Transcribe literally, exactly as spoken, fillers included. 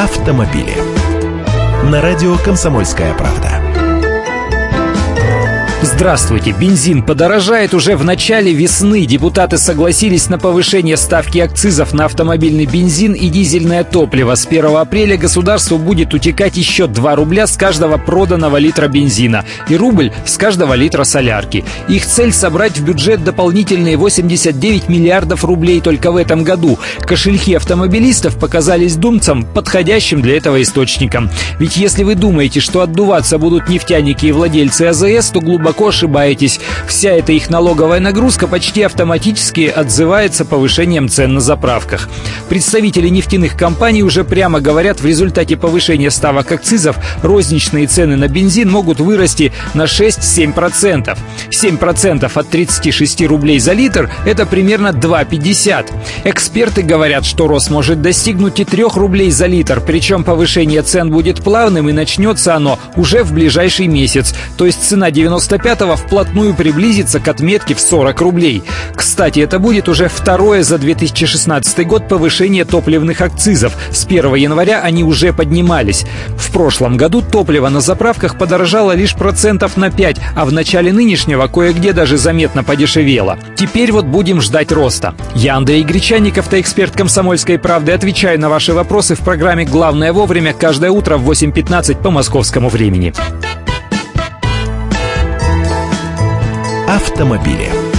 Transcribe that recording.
автомобили. На радио «Комсомольская правда». Здравствуйте. Бензин подорожает уже в начале весны. Депутаты согласились на повышение ставки акцизов на автомобильный бензин и дизельное топливо. С первого апреля государству будет утекать еще два рубля с каждого проданного литра бензина и рубль с каждого литра солярки. Их цель — собрать в бюджет дополнительные восемьдесят девять миллиардов рублей только в этом году. Кошельки автомобилистов показались думцам подходящим для этого источником. Ведь если вы думаете, что отдуваться будут нефтяники и владельцы АЗС, то глубоко ошибаетесь. Вся эта их налоговая нагрузка почти автоматически отзывается повышением цен на заправках. Представители нефтяных компаний уже прямо говорят, в результате повышения ставок акцизов розничные цены на бензин могут вырасти на шесть-семь процентов. семь процентов от тридцати шести рублей за литр – это примерно два пятьдесят. Эксперты говорят, что рост может достигнуть и трёх рублей за литр, причем повышение цен будет плавным и начнется оно уже в ближайший месяц. То есть цена девяносто пятого вплотную приблизится к отметке в сорок рублей. Кстати, это будет уже второе за две тысячи шестнадцатый год повышение топливных акцизов. С первого января они уже поднимались. В прошлом году топливо на заправках подорожало лишь процентов на пять, а в начале нынешнего кое-где даже заметно подешевело. Теперь вот будем ждать роста. Я Андрей Гречанник, автоэксперт «Комсомольской правды». Отвечаю на ваши вопросы в программе «Главное вовремя» каждое утро в восемь пятнадцать по московскому времени. Автомобили.